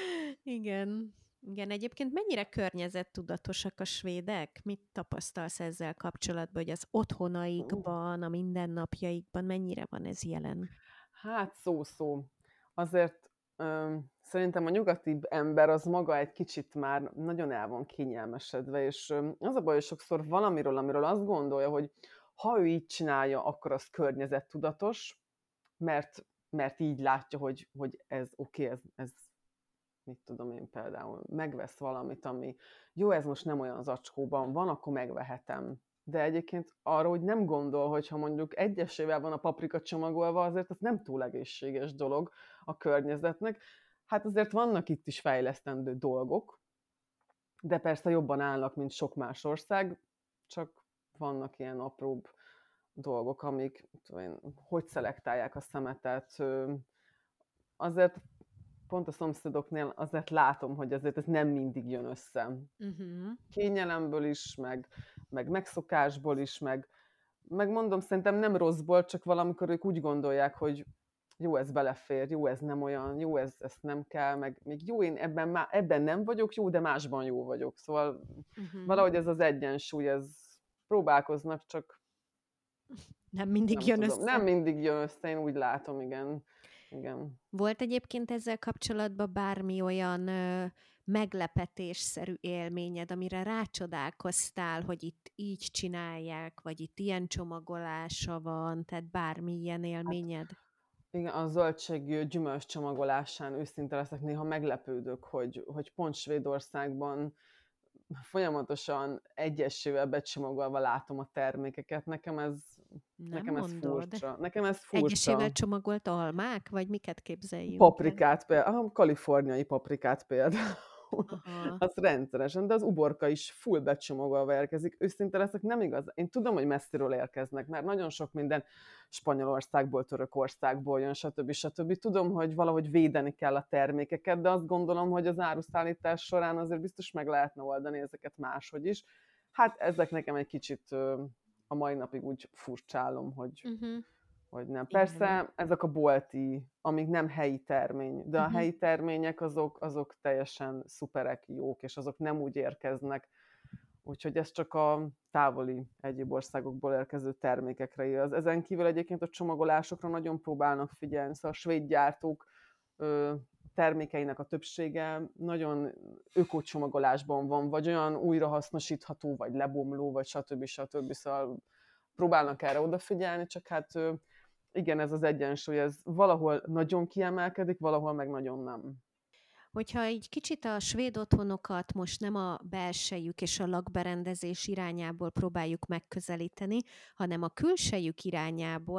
Igen. Igen, egyébként mennyire környezettudatosak a svédek? Mit tapasztalsz ezzel kapcsolatban, hogy az otthonaikban, a mindennapjaikban mennyire van ez jelen? Hát szó-szó. Azért öm, szerintem a nyugati ember az maga egy kicsit már nagyon el van kényelmesedve, és öm, az a baj, hogy sokszor valamiről, amiről azt gondolja, hogy ha ő így csinálja, akkor az környezettudatos, mert, mert így látja, hogy, hogy ez oké, okay, ez, ez mit tudom én például, megvesz valamit, ami jó, ez most nem olyan zacskóban van, akkor megvehetem. De egyébként arra, hogy nem gondol, hogy ha mondjuk egyesével van a paprika csomagolva, azért az nem túl egészséges dolog a környezetnek. Hát azért vannak itt is fejlesztendő dolgok, de persze jobban állnak, mint sok más ország, csak vannak ilyen apróbb dolgok, amik, tudom én, hogy szelektálják a szemetet. Azért pont a szomszédoknél azért látom, hogy azért ez nem mindig jön össze. Uh-huh. Kényelemből is, meg, meg megszokásból is, meg, meg mondom, szerintem nem rosszból, csak valamikor ők úgy gondolják, hogy jó, ez belefér, jó, ez nem olyan, jó, ez, ezt nem kell, meg még jó, én ebben, má, ebben nem vagyok jó, de másban jó vagyok. Szóval Uh-huh. valahogy ez az egyensúly, ez próbálkoznak, csak Nem mindig nem jön tudom. Nem össze. mindig jön össze, én úgy látom, igen. Igen. Volt egyébként ezzel kapcsolatban bármi olyan ö, meglepetésszerű élményed, amire rácsodálkoztál, hogy itt így csinálják, vagy itt ilyen csomagolása van, tehát bármi ilyen Hát élményed? igen, a zöldség gyümölcs csomagolásán őszinte leszek, néha meglepődök, hogy, hogy pont Svédországban folyamatosan egyesével becsomagolva látom a termékeket. Nekem ez, Nem nekem ez mondod? furcsa. Nekem ez Egyesével furcsa. csomagolt almák? Vagy miket képzeljünk el? Paprikát például, a kaliforniai paprikát például, Aha. azt rendszeresen, de az uborka is full becsomagolva érkezik. Őszinte leszek, nem igaz. Én tudom, hogy messziről érkeznek, mert nagyon sok minden Spanyolországból, Törökországból jön, stb. stb. Tudom, hogy valahogy védeni kell a termékeket, de azt gondolom, hogy az áruszállítás során azért biztos meg lehetne oldani ezeket máshogy is. Hát ezek nekem egy kicsit ö, a mai napig úgy furcsálom, hogy Uh-huh. hogy nem. Igen. Persze ezek a bolti, amik nem helyi termény, de a Uh-huh. helyi termények azok, azok teljesen szuperek, jók, és azok nem úgy érkeznek. Úgyhogy ez csak a távoli egyéb országokból érkező termékekre igaz. Ezen kívül egyébként a csomagolásokra nagyon próbálnak figyelni, szóval a svéd gyártók ö, termékeinek a többsége nagyon ökocsomagolásban van, vagy olyan újrahasznosítható, vagy lebomló, vagy stb. stb. Szóval próbálnak erre odafigyelni, csak hát ö, igen, ez az egyensúly, ez valahol nagyon kiemelkedik, valahol meg nagyon nem. Hogyha egy kicsit a svéd otthonokat most nem a belsejük és a lakberendezés irányából próbáljuk megközelíteni, hanem a külsejük irányából,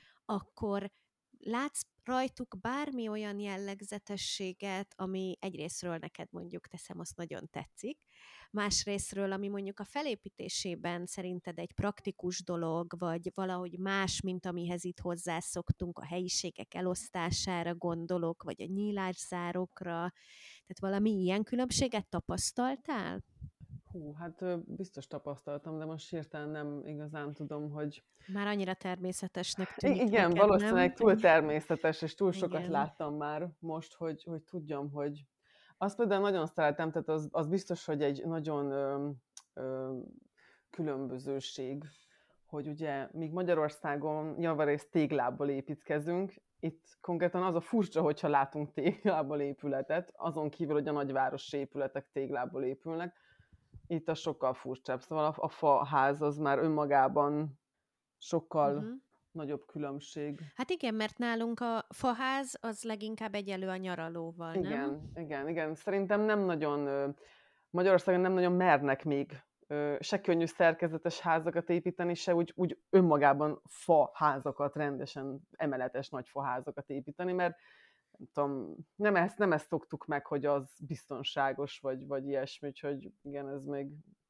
akkor látsz rajtuk bármi olyan jellegzetességet, ami egyrészről neked mondjuk, teszem, azt nagyon tetszik, másrészről, ami mondjuk a felépítésében szerinted egy praktikus dolog, vagy valahogy más, mint amihez itt hozzászoktunk, a helyiségek elosztására gondolok, vagy a nyílászárokra, tehát valami ilyen különbséget tapasztaltál? Hú, hát ö, biztos tapasztaltam, de most hirtelen nem igazán tudom, hogy... Már annyira természetesnek I- tűnik igen, neked, nem? valószínűleg túl természetes, és túl sokat Igen. láttam már most, hogy, hogy tudjam, hogy... Azt például nagyon szeretem, tehát az, az biztos, hogy egy nagyon ö, ö, különbözőség, hogy ugye míg Magyarországon javarészt téglából építkezünk, itt konkrétan az a furcsa, hogyha látunk téglából épületet, azon kívül, hogy a nagyvárosi épületek téglából épülnek, itt a sokkal furcsább. Szóval a, a faház az már önmagában sokkal Uh-huh. nagyobb különbség. Hát igen, mert nálunk a faház az leginkább egyelő a nyaralóval, nem? Igen, igen, igen. Szerintem nem nagyon, ö, Magyarországon nem nagyon mernek még ö, se könnyű szerkezetes házakat építeni, se úgy, úgy önmagában faházakat, rendesen emeletes nagy faházakat építeni, mert nem tudom, nem ezt, nem ezt szoktuk meg, hogy az biztonságos, vagy, vagy ilyesmi, úgyhogy igen, ez még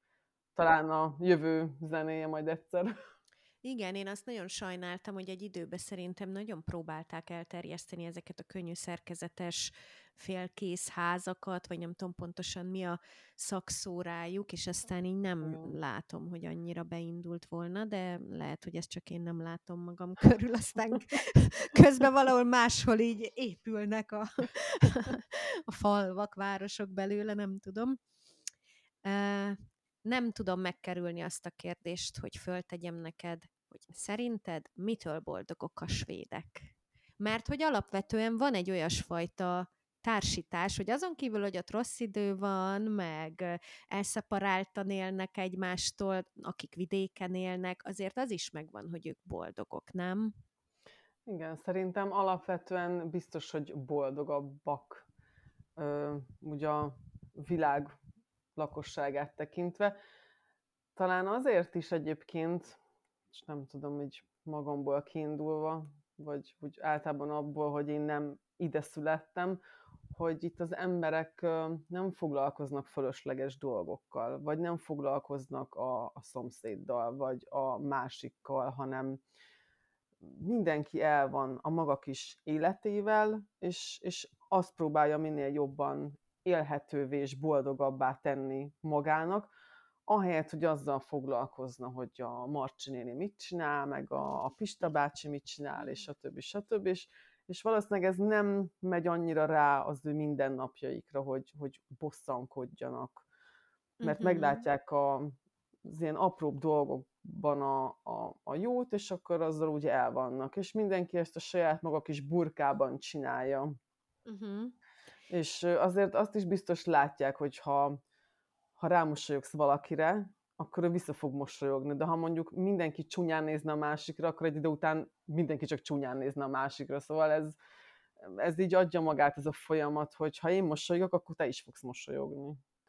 talán a jövő zenéje majd egyszer. Igen, én azt nagyon sajnáltam, hogy egy időben szerintem nagyon próbálták elterjeszteni ezeket a könnyű szerkezetes félkész házakat, vagy nem tudom pontosan mi a szakszó rájuk, és aztán így nem Igen. látom, hogy annyira beindult volna, de lehet, hogy ezt csak én nem látom magam körül, aztán közben valahol máshol így épülnek a, a falvak, városok belőle, nem tudom. Uh, nem tudom megkerülni azt a kérdést, hogy föltegyem neked, hogy szerinted mitől boldogok a svédek? Mert hogy alapvetően van egy olyasfajta társítás, hogy azon kívül, hogy ott rossz idő van, meg elszeparáltan élnek egymástól, akik vidéken élnek, azért az is megvan, hogy ők boldogok, nem? Igen, szerintem alapvetően biztos, hogy boldogabbak ö, ugye a világ lakosságát tekintve. Talán azért is egyébként, és nem tudom, így magamból kiindulva, vagy úgy általában abból, hogy én nem ide születtem, hogy itt az emberek ö, nem foglalkoznak fölösleges dolgokkal, vagy nem foglalkoznak a, a szomszéddal, vagy a másikkal, hanem mindenki el van a maga kis életével, és, és azt próbálja minél jobban élhetővé és boldogabbá tenni magának, ahelyett, hogy azzal foglalkozna, hogy a Marcsi néni mit csinál, meg a, a Pista bácsi mit csinál, és stb. stb. És, és valószínűleg ez nem megy annyira rá az ő mindennapjaikra, hogy, hogy bosszankodjanak, mert Uh-huh. meglátják a, az ilyen apróbb dolgokban a, a, a jót, és akkor azzal úgy el vannak. És mindenki ezt a saját maga kis burkában csinálja. Uh-huh. És azért azt is biztos látják, hogy ha, ha rámosolyogsz valakire, akkor ő vissza fog mosolyogni. De ha mondjuk mindenki csúnyán nézne a másikra, akkor egy idő után mindenki csak csúnyán nézne a másikra. Szóval ez, ez így adja magát ez a folyamat, hogy ha én mosolygok, akkor te is fogsz mosolyogni.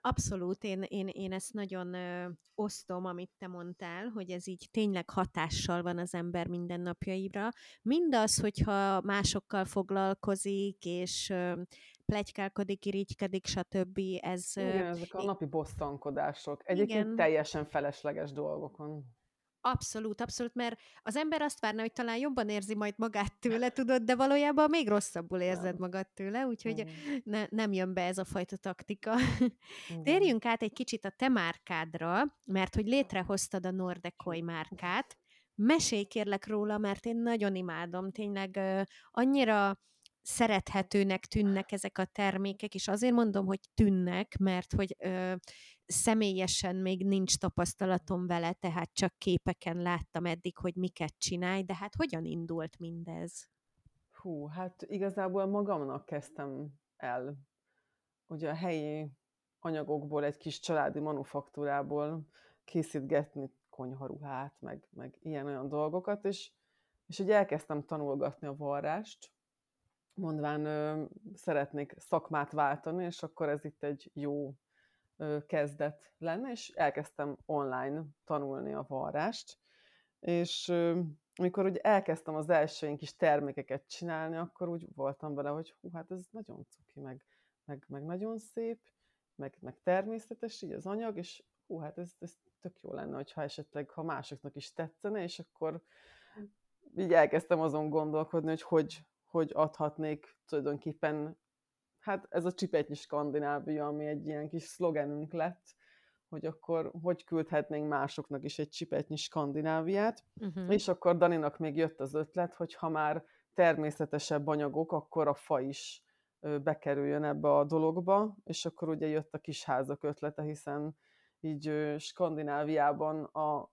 Abszolút, én, én, én ezt nagyon ö, osztom, amit te mondtál, hogy ez így tényleg hatással van az ember mindennapjaira. Mindaz, hogyha másokkal foglalkozik, és ö, pletykálkodik, irigykedik, stb. Ez ö, Igen, ezek a i- napi bosszankodások. Egyébként igen, teljesen felesleges dolgokon. abszolút, abszolút, mert az ember azt várna, hogy talán jobban érzi majd magát tőle, tudod, de valójában még rosszabbul érzed Nem. magad tőle, úgyhogy Igen. ne, nem jön be ez a fajta taktika. Igen. Térjünk át egy kicsit a te márkádra, mert hogy létrehoztad a Nordecoy márkát. Mesélj kérlek róla, mert én nagyon imádom, tényleg ö, annyira szerethetőnek tűnnek ezek a termékek, és azért mondom, hogy tűnnek, mert hogy ö, személyesen még nincs tapasztalatom vele, tehát csak képeken láttam eddig, hogy miket csinálj, de hát hogyan indult mindez? Hú, hát igazából magamnak kezdtem el, ugye a helyi anyagokból, egy kis családi manufaktúrából készítgetni konyharuhát, meg, meg ilyen-olyan dolgokat, és, és ugye elkezdtem tanulgatni a varrást, mondván ö, szeretnék szakmát váltani, és akkor ez itt egy jó ö, kezdet lenne, és elkezdtem online tanulni a varrást, és ö, amikor úgy elkezdtem az első ilyen kis termékeket csinálni, akkor úgy voltam vele, hogy hú, hát ez nagyon cuki, meg, meg, meg nagyon szép, meg, meg természetes így az anyag, és hú, hát ez, ez tök jó lenne, hogyha esetleg, ha másoknak is tetszene, és akkor így elkezdtem azon gondolkodni, hogy hogy, hogy adhatnék tulajdonképpen, hát ez a csipetnyi Skandinávia, ami egy ilyen kis szlogenünk lett, hogy akkor hogy küldhetnénk másoknak is egy csipetnyi Skandináviát, Uh-huh. és akkor Daninak még jött az ötlet, hogy ha már természetesebb anyagok, akkor a fa is ö, bekerüljön ebbe a dologba, és akkor ugye jött a kisházak ötlete, hiszen így ö, Skandináviában a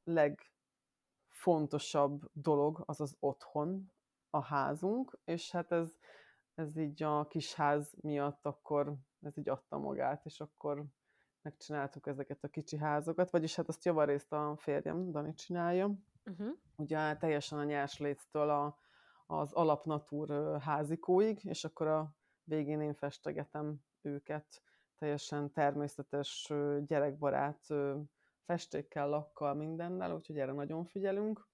legfontosabb dolog az az otthon, a házunk, és hát ez, ez így a kisház miatt akkor ez így adta magát, és akkor megcsináltuk ezeket a kicsi házokat, vagyis hát azt javarészt a férjem, Dani csinálja. Uh-huh. Ugye teljesen a nyersléctől a, az alapnatúr házikóig, és akkor a végén én festegetem őket teljesen természetes, gyerekbarát festékkel, lakkal, mindennel, úgyhogy erre nagyon figyelünk.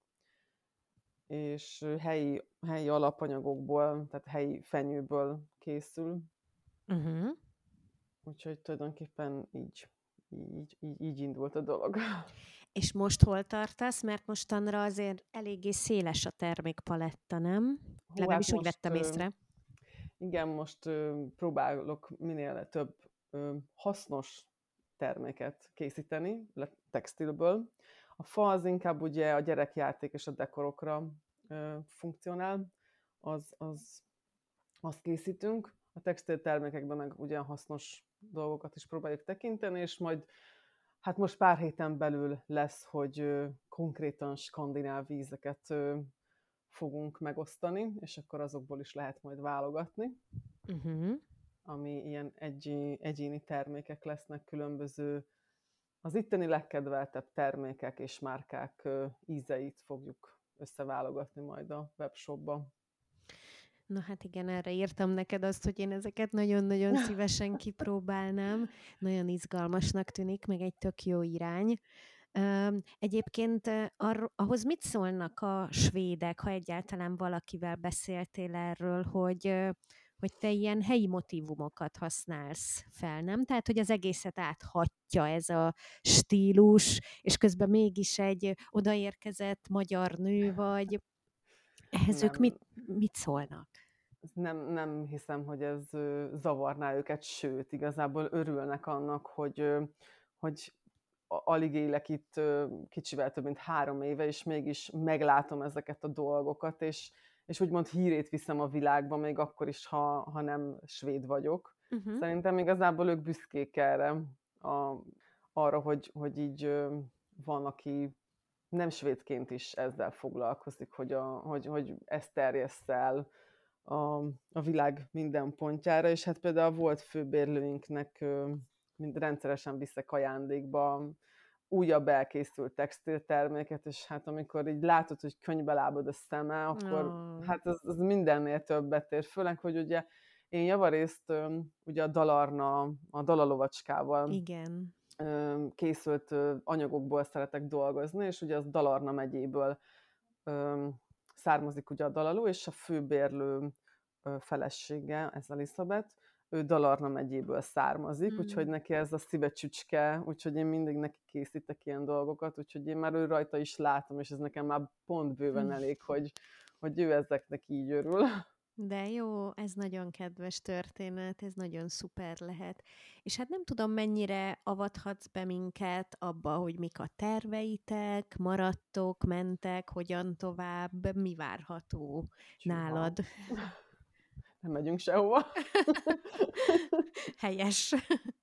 És helyi, helyi alapanyagokból, tehát helyi fenyőből készül, Uh-huh. úgyhogy tulajdonképpen így, így, így, így indult a dolog. És most hol tartasz? Mert mostanra azért eléggé széles a termékpaletta, nem? Hú, hát Legalábbis úgy most, vettem észre. igen, most próbálok minél több hasznos terméket készíteni, textilből. A fa az inkább ugye a gyerekjáték és a dekorokra funkcionál, az, az, azt készítünk. A textil termékekben meg ugye hasznos dolgokat is próbáljuk tekinteni, és majd hát most pár héten belül lesz, hogy ö, konkrétan skandináv vízeket ö, fogunk megosztani, és akkor azokból is lehet majd válogatni, Uh-huh. ami ilyen egyi, egyéni termékek lesznek, különböző az itteni legkedveltebb termékek és márkák ö, ízeit fogjuk összeválogatni majd a webshopba. Na hát igen, erre írtam neked azt, hogy én ezeket nagyon-nagyon szívesen kipróbálnám. Nagyon izgalmasnak tűnik, meg egy tök jó irány. Üm, egyébként ö, arro, ahhoz mit szólnak a svédek, ha egyáltalán valakivel beszéltél erről, hogy, ö, hogy te ilyen helyi motívumokat használsz fel, nem? Tehát, hogy az egészet áthatja ez a stílus, és közben mégis egy odaérkezett magyar nő vagy. Ehhez ők mit, Nem, mit szólnak? nem, nem hiszem, hogy ez ö, zavarná őket, sőt, igazából örülnek annak, hogy, ö, hogy a- alig élek itt ö, kicsivel több mint három éve, és mégis meglátom ezeket a dolgokat, és, és úgymond hírét viszem a világba, még akkor is, ha, ha nem svéd vagyok. Uh-huh. Szerintem igazából ők büszkék erre, a, arra, hogy, hogy így ö, van, aki nem svédként is ezzel foglalkozik, hogy, a, hogy, hogy ezt terjessz el a, a világ minden pontjára, és hát például volt főbérlőinknek ö, mind rendszeresen viszek ajándékba újabb elkészült textilterméket, és hát amikor így látod, hogy könnybe lábad a szeme, akkor Oh. hát az, az mindennél többet ér. Főleg, hogy ugye Én javarészt ö, ugye a Dalarna, a Dalalovacskával Igen. ö, készült ö, anyagokból szeretek dolgozni, és ugye az Dalarna megyéből ö, származik ugye a Dalaló, és a főbérlő ö, felesége, ez Elisabeth, ő Dalarna megyéből származik, Mm. úgyhogy neki ez a szíve csücske, úgyhogy én mindig neki készítek ilyen dolgokat, úgyhogy én már ő rajta is látom, és ez nekem már pont bőven Mm. elég, hogy, hogy ő ezeknek így örül. De jó, ez nagyon kedves történet, ez nagyon szuper lehet. És hát nem tudom, mennyire avathatsz be minket abba, hogy mik a terveitek, maradtok, mentek, hogyan tovább, mi várható nálad. Nem megyünk sehova. Helyes.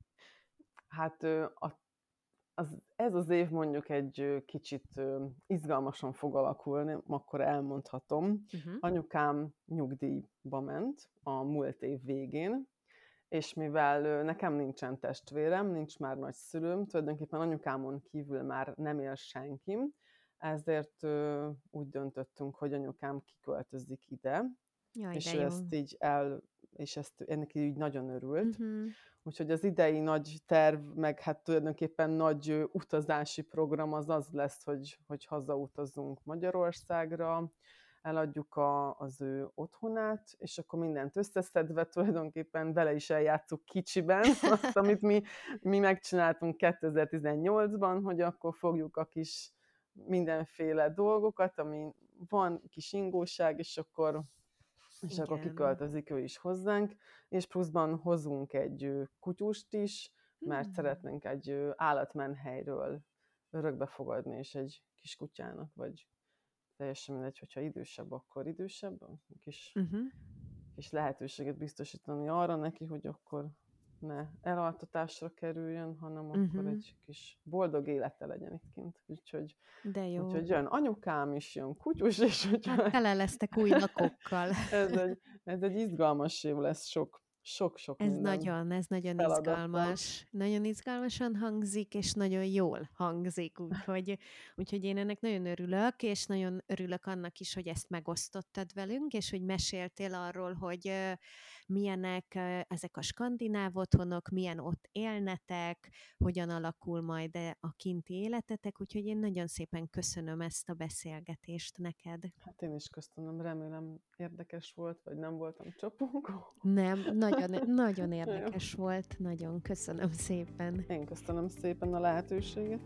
Hát ö, a, az, ez az év mondjuk egy ö, kicsit ö, izgalmasan fog alakulni, akkor elmondhatom. Uh-huh. Anyukám nyugdíjba ment a múlt év végén, és mivel ö, nekem nincsen testvérem, nincs már nagyszülőm, tulajdonképpen anyukámon kívül már nem él senki, ezért ö, úgy döntöttünk, hogy anyukám kiköltözik ide, Jaj, és de ő jó. ezt így el, és ezt ennek így nagyon örült. Uh-huh. Úgyhogy az idei nagy terv, meg hát tulajdonképpen nagy ö, utazási program az az lesz, hogy, hogy hazautazunk Magyarországra, eladjuk a, az ő otthonát, és akkor mindent összeszedve tulajdonképpen vele is eljátszuk kicsiben azt, amit mi, mi megcsináltunk kétezer-tizennyolcban, hogy akkor fogjuk a kis mindenféle dolgokat, ami van, kis ingóság, és akkor és Igen. akkor kiköltözik ő is hozzánk, és pluszban hozunk egy ö, kutyust is, mert Hmm. szeretnénk egy ö, állatmenhelyről örökbe fogadni, és egy kis kutyának, vagy teljesen mindegy, hogyha idősebb, akkor idősebb, kis, Uh-huh. kis lehetőséget biztosítani arra neki, hogy akkor ne elaltatásra kerüljön, hanem akkor Uh-huh. egy kis boldog élete legyen itt kint. Úgyhogy, De jó. úgyhogy jön anyukám is, jön kutyus, és hogy Hát tele lesztek új lakókkal. ez, egy, ez egy izgalmas év lesz, sok, sok-sok Ez minden nagyon, ez nagyon feladattal. izgalmas. Nagyon izgalmasan hangzik, és nagyon jól hangzik, úgyhogy, úgyhogy én ennek nagyon örülök, és nagyon örülök annak is, hogy ezt megosztottad velünk, és hogy meséltél arról, hogy ö, milyenek ö, ezek a skandináv otthonok, milyen ott élnetek, hogyan alakul majd a kinti életetek, úgyhogy én nagyon szépen köszönöm ezt a beszélgetést neked. Hát én is köszönöm, remélem érdekes volt, vagy nem voltam csapongó. Nem, nagyon, nagyon érdekes volt, nagyon köszönöm szépen. Én köszönöm szépen a lehetőséget.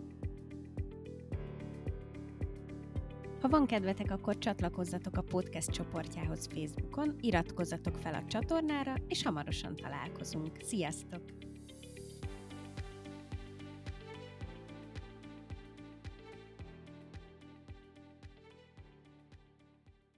Ha van kedvetek, akkor csatlakozzatok a podcast csoportjához Facebookon, iratkozzatok fel a csatornára, és hamarosan találkozunk. Sziasztok!